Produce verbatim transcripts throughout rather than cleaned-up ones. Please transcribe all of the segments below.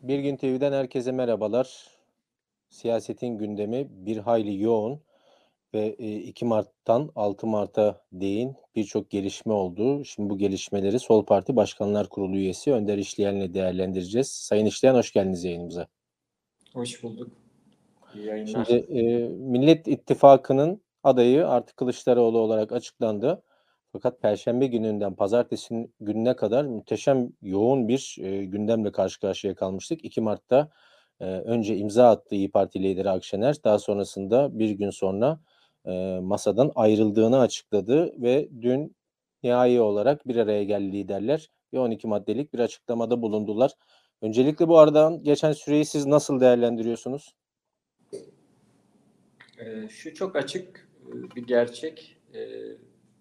Bir Gün T V'den herkese merhabalar. Siyasetin gündemi bir hayli yoğun ve, eee, iki Mart'tan altı Mart'a değin birçok gelişme oldu. Şimdi bu gelişmeleri Sol Parti Başkanlar Kurulu üyesi Önder İşleyen'le değerlendireceğiz. Sayın İşleyen, hoş geldiniz yayınımıza. Hoş bulduk. İyi Şimdi, yayınlar. eee, Millet İttifakı'nın adayı artık Kılıçdaroğlu olarak açıklandı. Fakat perşembe gününden pazartesi gününe kadar muhteşem yoğun bir, eee, gündemle karşı karşıya kalmıştık. iki Mart'ta, eee, önce imza attı İYİ Parti lideri Akşener. Daha sonrasında bir gün sonra, eee, masadan ayrıldığını açıkladı ve dün nihai olarak bir araya geldi liderler ve on iki maddelik bir açıklamada bulundular. Öncelikle bu aradan geçen süreyi siz nasıl değerlendiriyorsunuz? Eee, şu çok açık, ııı, bir gerçek. Eee,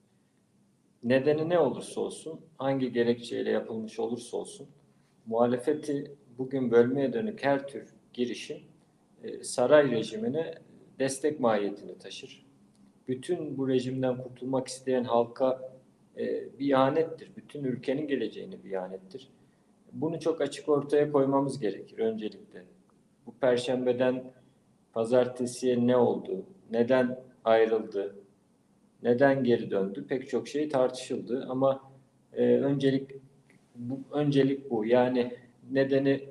nedeni ne olursa olsun, hangi gerekçeyle yapılmış olursa olsun, muhalefeti bugün bölmeye dönük her tür girişim, eee, saray rejimine destek mahiyetini taşır. Bütün bu rejimden kurtulmak isteyen halka, eee, bir ihanettir. Bütün ülkenin geleceğine bir ihanettir. Bunu çok açık ortaya koymamız gerekir öncelikle. Bu perşembeden pazartesiye ne oldu? Neden ayrıldı? Neden geri döndü? Pek çok şey tartışıldı ama e, öncelik bu öncelik bu. Yani nedeni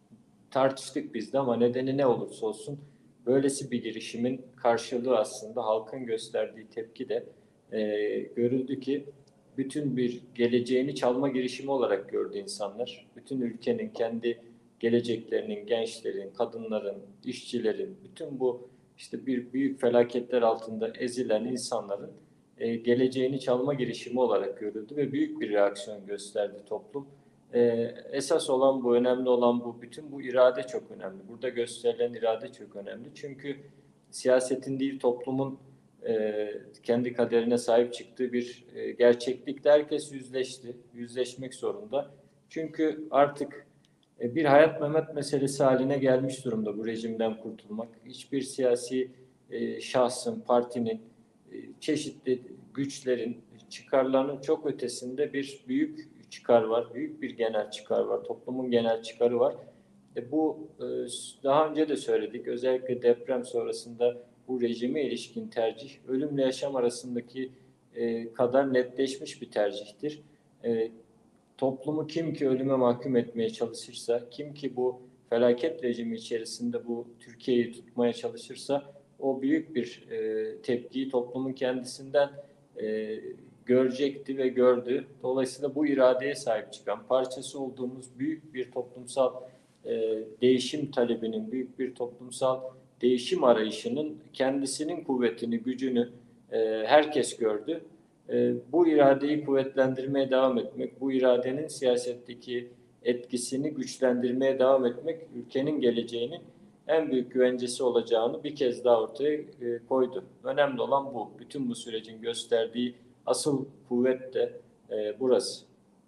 tartıştık biz de ama nedeni ne olursa olsun böylesi bir girişimin karşılığı aslında halkın gösterdiği tepki de e, görüldü ki bütün bir geleceğini çalma girişimi olarak gördü insanlar. Bütün ülkenin kendi geleceklerinin, gençlerin, kadınların, işçilerin, bütün bu işte bir büyük felaketler altında ezilen insanların e, geleceğini çalma girişimi olarak görüldü ve büyük bir reaksiyon gösterdi toplum. Ee, esas olan bu, önemli olan bu. Bütün bu irade çok önemli. Burada gösterilen irade çok önemli. Çünkü siyasetin değil toplumun e, kendi kaderine sahip çıktığı bir e, gerçeklikle herkes yüzleşti. Yüzleşmek zorunda. Çünkü artık e, bir hayat memat meselesi haline gelmiş durumda bu rejimden kurtulmak. Hiçbir siyasi e, şahsın, partinin, e, çeşitli güçlerin çıkarlarının çok ötesinde bir büyük çıkar var, büyük bir genel çıkar var, toplumun genel çıkarı var. E bu e, daha önce de söyledik, özellikle deprem sonrasında bu rejime ilişkin tercih, ölümle yaşam arasındaki e, kadar netleşmiş bir tercihtir. E, toplumu kim ki ölüme mahkum etmeye çalışırsa, kim ki bu felaket rejimi içerisinde bu Türkiye'yi tutmaya çalışırsa, o büyük bir e, tepkiyi toplumun kendisinden e, görecekti ve gördü. Dolayısıyla bu iradeye sahip çıkan, parçası olduğumuz büyük bir toplumsal e, değişim talebinin, büyük bir toplumsal değişim arayışının kendisinin kuvvetini, gücünü e, herkes gördü. E, bu iradeyi kuvvetlendirmeye devam etmek, bu iradenin siyasetteki etkisini güçlendirmeye devam etmek, ülkenin geleceğinin en büyük güvencesi olacağını bir kez daha ortaya e, koydu. Önemli olan bu. Bütün bu sürecin gösterdiği asıl kuvvet de e, burası.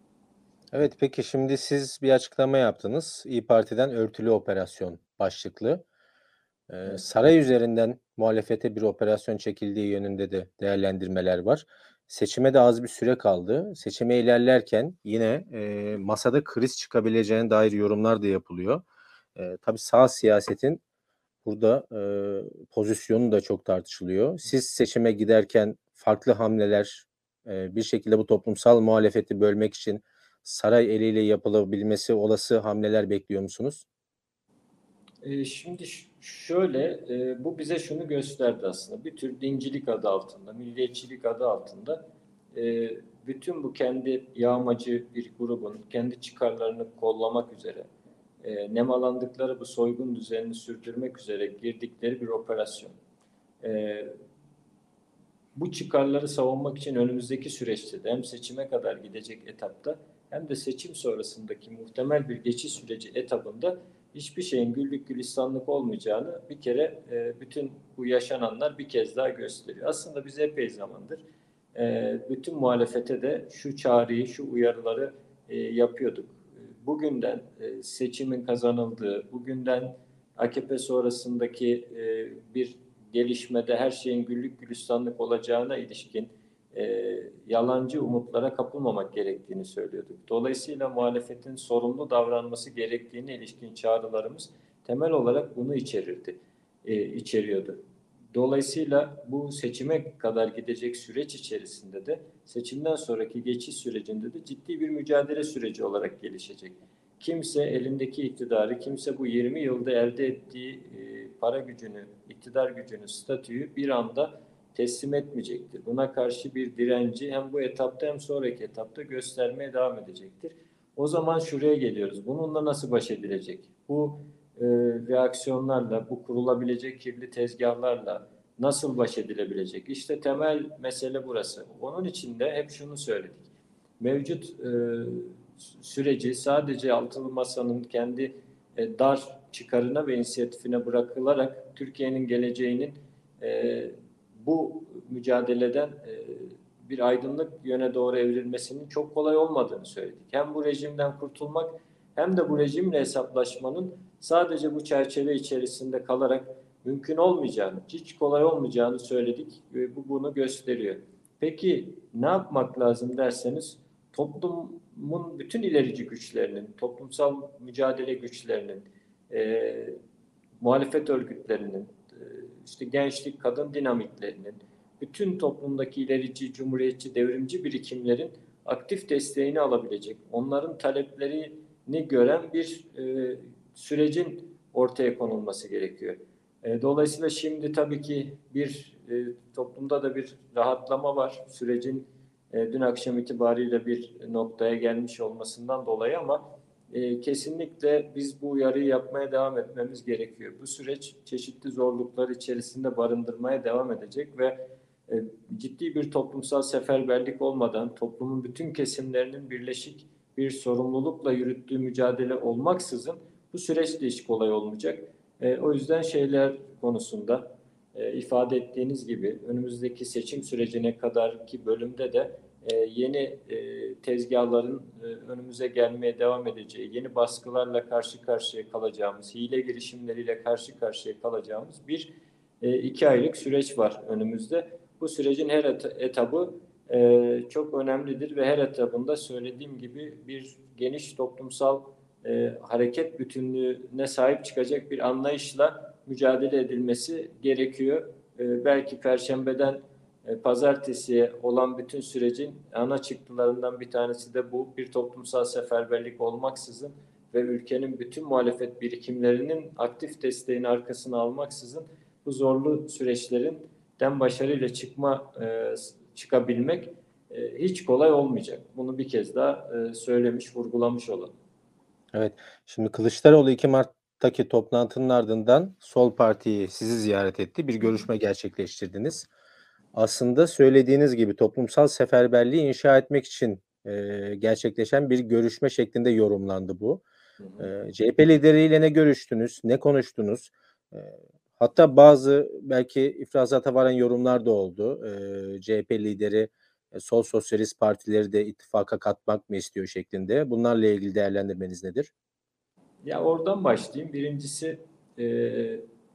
Evet, peki şimdi siz bir açıklama yaptınız. İYİ Parti'den örtülü operasyon başlıklı. Eee, Evet. saray üzerinden muhalefete bir operasyon çekildiği yönünde de değerlendirmeler var. Seçime de az bir süre kaldı. Seçime ilerlerken yine eee, masada kriz çıkabileceğine dair yorumlar da yapılıyor. Eee tabii sağ siyasetin burada eee, pozisyonu da çok tartışılıyor. Siz seçime giderken farklı hamleler, eee, bir şekilde bu toplumsal muhalefeti bölmek için saray eliyle yapılabilmesi olası hamleler bekliyor musunuz? Eee, şimdi ş şöyle, eee, bu bize şunu gösterdi aslında. Bir tür dincilik adı altında, milliyetçilik adı altında, eee, bütün bu kendi yağmacı bir grubun kendi çıkarlarını kollamak üzere, eee, nemalandıkları bu soygun düzenini sürdürmek üzere girdikleri bir operasyon. Eee, bu çıkarları savunmak için önümüzdeki süreçte de hem seçime kadar gidecek etapta hem de seçim sonrasındaki muhtemel bir geçiş süreci etabında hiçbir şeyin güllük gülistanlık olmayacağını bir kere e, bütün bu yaşananlar bir kez daha gösteriyor. Aslında biz epey zamandır e, bütün muhalefete de şu çağrıyı, şu uyarıları e, yapıyorduk. Bugünden e, seçimin kazanıldığı, bugünden A K P sonrasındaki e, bir gelişmede her şeyin güllük gülistanlık olacağına ilişkin e, yalancı umutlara kapılmamak gerektiğini söylüyorduk. Dolayısıyla muhalefetin sorumlu davranması gerektiğine ilişkin çağrılarımız temel olarak bunu içerirdi, e, içeriyordu. Dolayısıyla bu seçime kadar gidecek süreç içerisinde de seçimden sonraki geçiş sürecinde de ciddi bir mücadele süreci olarak gelişecek. Kimse elindeki iktidarı, kimse bu yirmi yılda elde ettiği e, para gücünü, iktidar gücünü, statüyü bir anda teslim etmeyecektir. Buna karşı bir direnci hem bu etapta hem sonraki etapta göstermeye devam edecektir. O zaman şuraya geliyoruz. Bununla nasıl baş edilecek? Bu e, reaksiyonlarla, bu kurulabilecek kirli tezgahlarla nasıl baş edilebilecek? İşte temel mesele burası. Onun için de hep şunu söyledik. Mevcut e, süreci sadece altılı masanın kendi e, dar çıkarına ve inisiyatifine bırakılarak Türkiye'nin geleceğinin e, bu mücadeleden e, bir aydınlık yöne doğru evrilmesinin çok kolay olmadığını söyledik. Hem bu rejimden kurtulmak hem de bu rejimle hesaplaşmanın sadece bu çerçeve içerisinde kalarak mümkün olmayacağını, hiç kolay olmayacağını söyledik ve bu bunu gösteriyor. Peki ne yapmak lazım derseniz toplumun bütün ilerici güçlerinin, toplumsal mücadele güçlerinin, e, muhalefet örgütlerinin, e, işte gençlik, kadın dinamiklerinin, bütün toplumdaki ilerici, cumhuriyetçi, devrimci birikimlerin aktif desteğini alabilecek, onların taleplerini gören bir e, sürecin ortaya konulması gerekiyor. E, dolayısıyla şimdi tabii ki bir e, toplumda da bir rahatlama var. Sürecin e, dün akşam itibariyle bir noktaya gelmiş olmasından dolayı ama e, kesinlikle biz bu uyarıyı yapmaya devam etmemiz gerekiyor. Bu süreç çeşitli zorluklar içerisinde barındırmaya devam edecek ve e, ciddi bir toplumsal seferberlik olmadan toplumun bütün kesimlerinin birleşik bir sorumlulukla yürüttüğü mücadele olmaksızın bu süreç de hiç kolay olmayacak. E, o yüzden şeyler konusunda e, ifade ettiğiniz gibi önümüzdeki seçim sürecine kadarki bölümde de e, yeni e, tezgahların e, önümüze gelmeye devam edeceği, yeni baskılarla karşı karşıya kalacağımız, hile girişimleriyle karşı karşıya kalacağımız bir e, iki aylık süreç var önümüzde. Bu sürecin her et- etabı e, çok önemlidir ve her etabında söylediğim gibi bir geniş toplumsal e, hareket bütünlüğüne sahip çıkacak bir anlayışla mücadele edilmesi gerekiyor. E, belki Perşembeden e, Pazartesiye olan bütün sürecin ana çıktılarından bir tanesi de bu. Bir toplumsal seferberlik olmaksızın ve ülkenin bütün muhalefet birikimlerinin aktif desteğini arkasına almaksızın bu zorlu süreçlerinden başarıyla çıkma e, çıkabilmek e, hiç kolay olmayacak. Bunu bir kez daha e, söylemiş, vurgulamış olalım. Evet. Şimdi Kılıçdaroğlu iki Mart'taki toplantının ardından Sol Parti'yi sizi ziyaret etti. Bir görüşme gerçekleştirdiniz. Aslında söylediğiniz gibi toplumsal seferberliği inşa etmek için e, gerçekleşen bir görüşme şeklinde yorumlandı bu. Hı hı. E, C H P lideriyle ne görüştünüz, ne konuştunuz? E, hatta bazı belki ifrazata varan yorumlar da oldu. E, C H P lideri e, sol sosyalist partileri de ittifaka katmak mı istiyor şeklinde. Bunlarla ilgili değerlendirmeniz nedir? Ya oradan başlayayım. Birincisi e,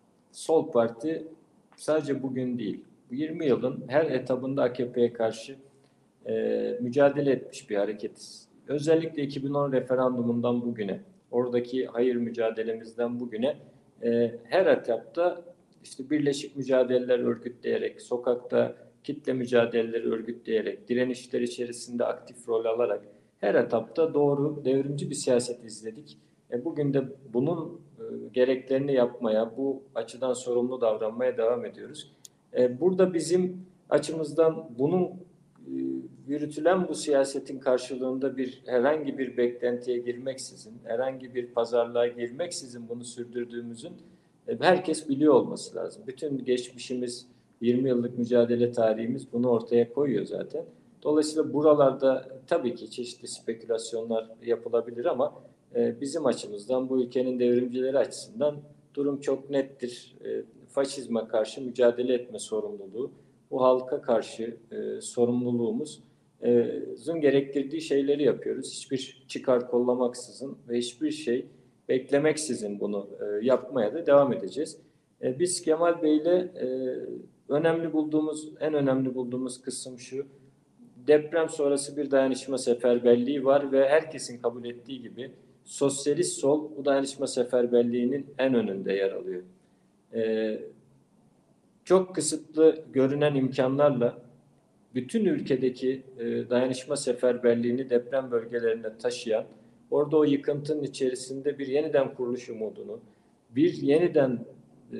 Sol Parti sadece bugün değil, bu yirmi yılın her etabında A K P'ye karşı e, mücadele etmiş bir hareketiz. Özellikle iki bin on referandumundan bugüne, oradaki hayır mücadelemizden bugüne e, her etapta işte birleşik mücadeleler örgütleyerek, sokakta kitle mücadeleleri örgütleyerek, direnişler içerisinde aktif rol alarak her etapta doğru devrimci bir siyaset izledik. E, bugün de bunun e, gereklerini yapmaya, bu açıdan sorumlu davranmaya devam ediyoruz. E, burada bizim açımızdan bunun e, yürütülen bu siyasetin karşılığında bir herhangi bir beklentiye girmeksizin, herhangi bir pazarlığa girmeksizin bunu sürdürdüğümüzün e, herkes biliyor olması lazım. Bütün geçmişimiz, yirmi yıllık mücadele tarihimiz bunu ortaya koyuyor zaten. Dolayısıyla buralarda tabii ki çeşitli spekülasyonlar yapılabilir ama e, bizim açımızdan, bu ülkenin devrimcileri açısından durum çok nettir. E, faşizme karşı mücadele etme sorumluluğu, bu halka karşı e, sorumluluğumuz e, zın gerektirdiği şeyleri yapıyoruz. Hiçbir çıkar kollamaksızın ve hiçbir şey beklemeksizin bunu e, yapmaya da devam edeceğiz. E, biz Kemal Bey'le e, önemli bulduğumuz, en önemli bulduğumuz kısım şu: deprem sonrası bir dayanışma seferberliği var ve herkesin kabul ettiği gibi sosyalist sol bu dayanışma seferberliğinin en önünde yer alıyor. Ee, çok kısıtlı görünen imkanlarla bütün ülkedeki e, dayanışma seferberliğini deprem bölgelerine taşıyan, orada o yıkıntının içerisinde bir yeniden kuruluş umudunu, bir yeniden e,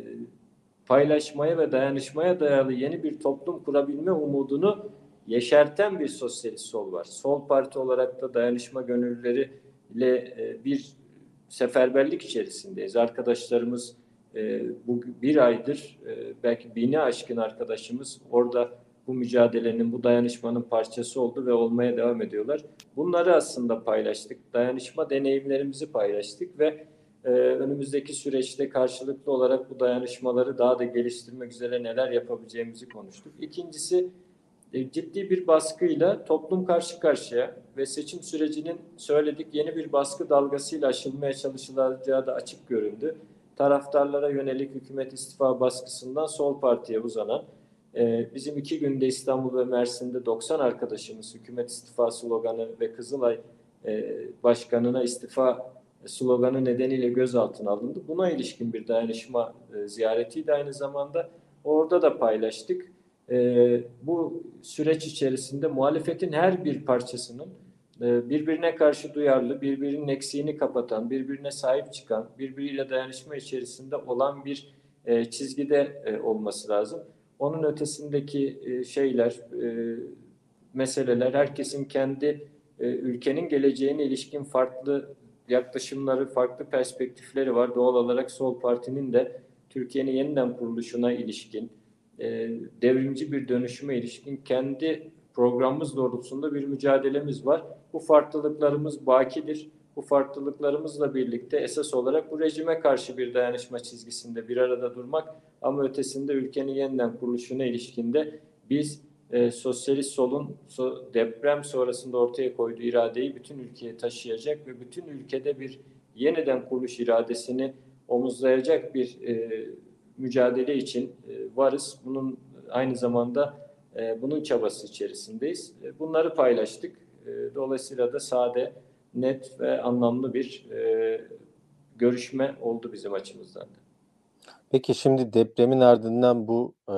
paylaşmaya ve dayanışmaya dayalı yeni bir toplum kurabilme umudunu yeşerten bir sosyalist sol var. Sol parti olarak da dayanışma gönüllüleriyle e, bir seferberlik içerisindeyiz. Arkadaşlarımız e, bu bir aydır e, belki bini aşkın arkadaşımız orada bu mücadelenin, bu dayanışmanın parçası oldu ve olmaya devam ediyorlar. Bunları aslında paylaştık. Dayanışma deneyimlerimizi paylaştık ve e, önümüzdeki süreçte karşılıklı olarak bu dayanışmaları daha da geliştirmek üzere neler yapabileceğimizi konuştuk. İkincisi, e, ciddi bir baskıyla toplum karşı karşıya ve seçim sürecinin söyledik yeni bir baskı dalgasıyla aşılmaya çalışılacağı da açık göründü. Taraftarlara yönelik hükümet istifa baskısından sol partiye uzanan, e, bizim iki günde İstanbul ve Mersin'de doksan arkadaşımız hükümet istifa sloganı ve Kızılay e, Başkanı'na istifa sloganı nedeniyle gözaltına alındı. Buna ilişkin bir dayanışma e, ziyaretiydi aynı zamanda. Orada da paylaştık. E, bu süreç içerisinde muhalefetin her bir parçasının e, birbirine karşı duyarlı, birbirinin eksiğini kapatan, birbirine sahip çıkan, birbiriyle dayanışma içerisinde olan bir e, çizgide e, olması lazım. Onun ötesindeki e, şeyler, e, meseleler, herkesin kendi e, ülkenin geleceğine ilişkin farklı yaklaşımları, farklı perspektifleri var. Doğal olarak Sol Parti'nin de Türkiye'nin yeniden kuruluşuna ilişkin, e, devrimci bir dönüşüme ilişkin kendi programımız doğrultusunda bir mücadelemiz var. Bu farklılıklarımız bakidir. Bu farklılıklarımızla birlikte esas olarak bu rejime karşı bir dayanışma çizgisinde bir arada durmak ama ötesinde ülkenin yeniden kuruluşuna ilişkinde biz e, sosyalist solun so, deprem sonrasında ortaya koyduğu iradeyi bütün ülkeye taşıyacak ve bütün ülkede bir yeniden kuruluş iradesini omuzlayacak bir e, mücadele için e, varız. Bunun aynı zamanda e, bunun çabası içerisindeyiz. E, bunları paylaştık. E, dolayısıyla da sade, net ve anlamlı bir e, görüşme oldu bizim açımızdan da. Peki şimdi depremin ardından bu e,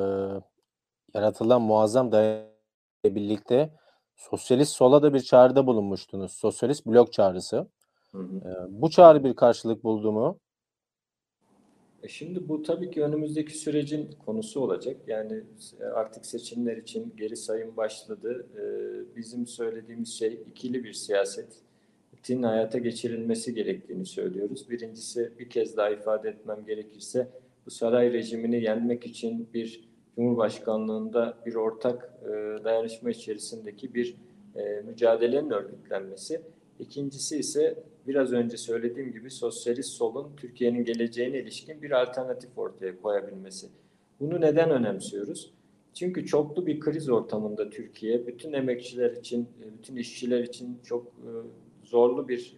yaratılan muazzam dayanışmayla birlikte sosyalist sola da bir çağrıda bulunmuştunuz. Sosyalist blok çağrısı. Hı hı. E, bu çağrı bir karşılık buldu mu? E şimdi bu tabii ki önümüzdeki sürecin konusu olacak. Yani artık seçimler için geri sayım başladı. Ee, bizim söylediğimiz şey ikili bir siyasetin hayata geçirilmesi gerektiğini söylüyoruz. Birincisi bir kez daha ifade etmem gerekirse bu saray rejimini yenmek için bir Cumhurbaşkanlığında bir ortak e, dayanışma içerisindeki bir e, mücadelenin örgütlenmesi. İkincisi ise biraz önce söylediğim gibi sosyalist solun Türkiye'nin geleceğine ilişkin bir alternatif ortaya koyabilmesi. Bunu neden önemsiyoruz? Çünkü çoklu bir kriz ortamında Türkiye, bütün emekçiler için, bütün işçiler için çok zorlu bir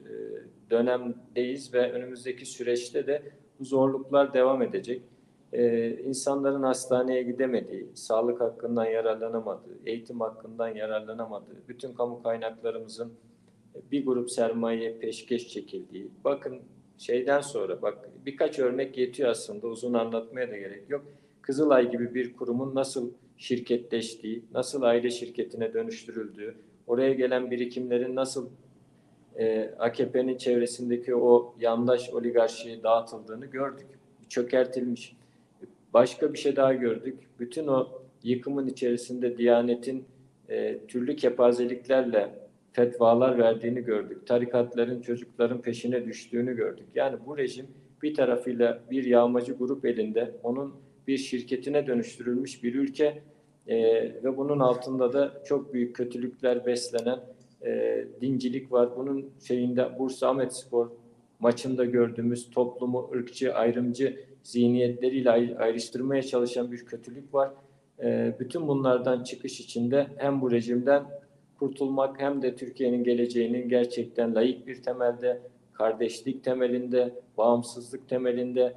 dönemdeyiz ve önümüzdeki süreçte de bu zorluklar devam edecek. Ee, insanların hastaneye gidemediği, sağlık hakkından yararlanamadığı, eğitim hakkından yararlanamadığı, bütün kamu kaynaklarımızın bir grup sermaye peşkeş çekildiği. Bakın şeyden sonra bak birkaç örnek yetiyor aslında uzun anlatmaya da gerek yok. Kızılay gibi bir kurumun nasıl şirketleştiği, nasıl aile şirketine dönüştürüldüğü, oraya gelen birikimlerin nasıl e, A K P'nin çevresindeki o yandaş oligarşiye dağıtıldığını gördük. Çökertilmiş. Başka bir şey daha gördük. Bütün o yıkımın içerisinde Diyanet'in e, türlü kepazeliklerle fetvalar verdiğini gördük. Tarikatların çocukların peşine düştüğünü gördük. Yani bu rejim bir tarafıyla bir yağmacı grup elinde, onun bir şirketine dönüştürülmüş bir ülke e, ve bunun altında da çok büyük kötülükler beslenen e, dincilik var. Bunun şeyinde Bursa Ahmetspor maçında gördüğümüz toplumu ırkçı, ayrımcı zihniyetleriyle ayrıştırmaya çalışan bir kötülük var. E, bütün bunlardan çıkış içinde hem bu rejimden kurtulmak hem de Türkiye'nin geleceğinin gerçekten layık bir temelde, kardeşlik temelinde, bağımsızlık temelinde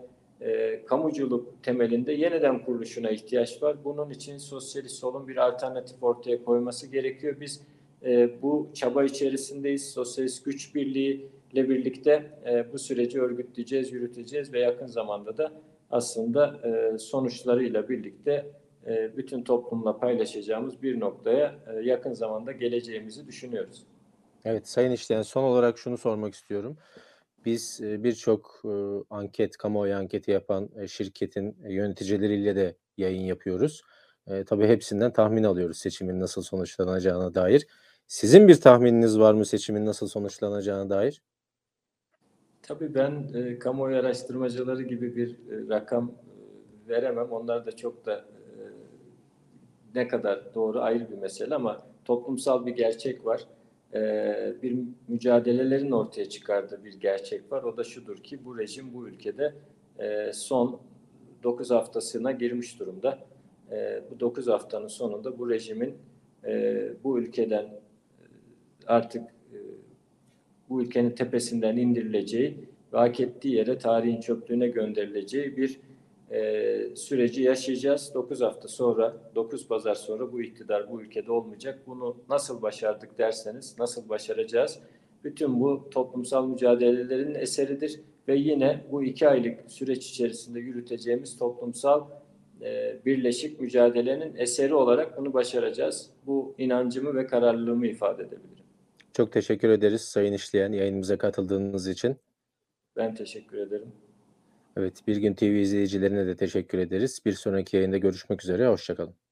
e, kamuculuk temelinde yeniden kuruluşuna ihtiyaç var. Bunun için sosyalist solun bir alternatif ortaya koyması gerekiyor. Biz e, bu çaba içerisindeyiz. Sosyalist güç birliği ile birlikte e, bu süreci örgütleyeceğiz, yürüteceğiz ve yakın zamanda da aslında e, sonuçlarıyla birlikte e, bütün toplumla paylaşacağımız bir noktaya e, yakın zamanda geleceğimizi düşünüyoruz. Evet, Sayın İşleyen, son olarak şunu sormak istiyorum. Biz e, birçok e, anket, kamuoyu anketi yapan e, şirketin e, yöneticileriyle de yayın yapıyoruz. E, tabii hepsinden tahmin alıyoruz seçimin nasıl sonuçlanacağına dair. Sizin bir tahmininiz var mı seçimin nasıl sonuçlanacağına dair? Tabii ben e, kamuoyu araştırmacıları gibi bir e, rakam e, veremem. Onlar da çok da e, ne kadar doğru ayrı bir mesele ama toplumsal bir gerçek var. E, bir mücadelelerin ortaya çıkardığı bir gerçek var. O da şudur ki bu rejim bu ülkede e, son dokuz haftasına girmiş durumda. E, bu dokuz haftanın sonunda bu rejimin e, bu ülkeden e, artık e, bu ülkenin tepesinden indirileceği ve hak ettiği yere tarihin çöplüğüne gönderileceği bir e, süreci yaşayacağız. dokuz hafta sonra, dokuz pazar sonra bu iktidar bu ülkede olmayacak. Bunu nasıl başardık derseniz, nasıl başaracağız? Bütün bu toplumsal mücadelelerin eseridir ve yine bu iki aylık süreç içerisinde yürüteceğimiz toplumsal e, birleşik mücadelenin eseri olarak bunu başaracağız. Bu inancımı ve kararlılığımı ifade edebilirim. Çok teşekkür ederiz Sayın İşleyen yayınımıza katıldığınız için. Ben teşekkür ederim. Evet, Bir Gün T V izleyicilerine de teşekkür ederiz. Bir sonraki yayında görüşmek üzere, hoşça kalın.